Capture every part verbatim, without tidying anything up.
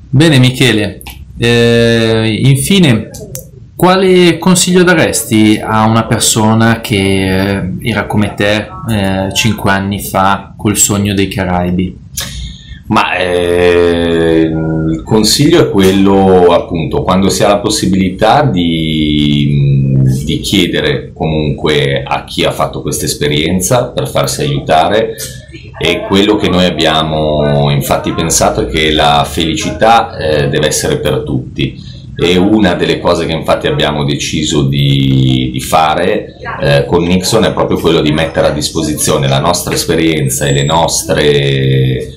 Bene Michele, eh, infine, quale consiglio daresti a una persona che eh, era come te eh, cinque anni fa col sogno dei Caraibi? Ma eh, il consiglio è quello, appunto, quando si ha la possibilità di, di chiedere comunque a chi ha fatto questa esperienza per farsi aiutare. E quello che noi abbiamo infatti pensato è che la felicità eh, deve essere per tutti, e una delle cose che infatti abbiamo deciso di, di fare eh, con Nixon è proprio quello di mettere a disposizione la nostra esperienza e le nostre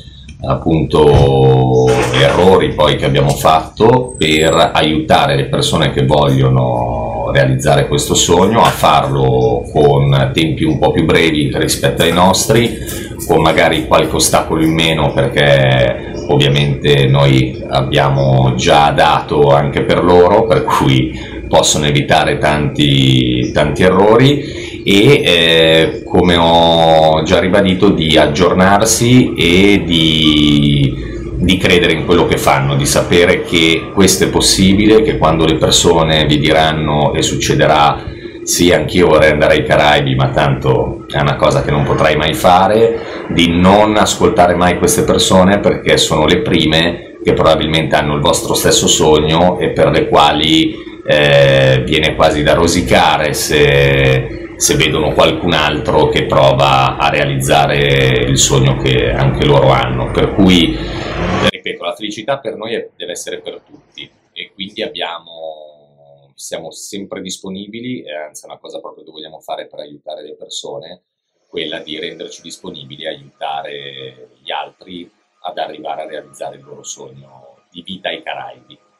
appunto errori poi che abbiamo fatto per aiutare le persone che vogliono realizzare questo sogno a farlo con tempi un po' più brevi rispetto ai nostri, con magari qualche ostacolo in meno, perché ovviamente noi abbiamo già dato anche per loro, per cui possono evitare tanti, tanti errori. E eh, come ho già ribadito, di aggiornarsi e di, di credere in quello che fanno, di sapere che questo è possibile, che quando le persone vi diranno e succederà sì, anch'io vorrei andare ai Caraibi, ma tanto è una cosa che non potrai mai fare, di non ascoltare mai queste persone, perché sono le prime che probabilmente hanno il vostro stesso sogno e per le quali eh, viene quasi da rosicare se se vedono qualcun altro che prova a realizzare il sogno che anche loro hanno. Per cui, ripeto, la felicità per noi è, deve essere per tutti, e quindi abbiamo, siamo sempre disponibili, e anzi è una cosa proprio che vogliamo fare per aiutare le persone, quella di renderci disponibili a aiutare gli altri ad arrivare a realizzare il loro sogno di vita ai Caraibi.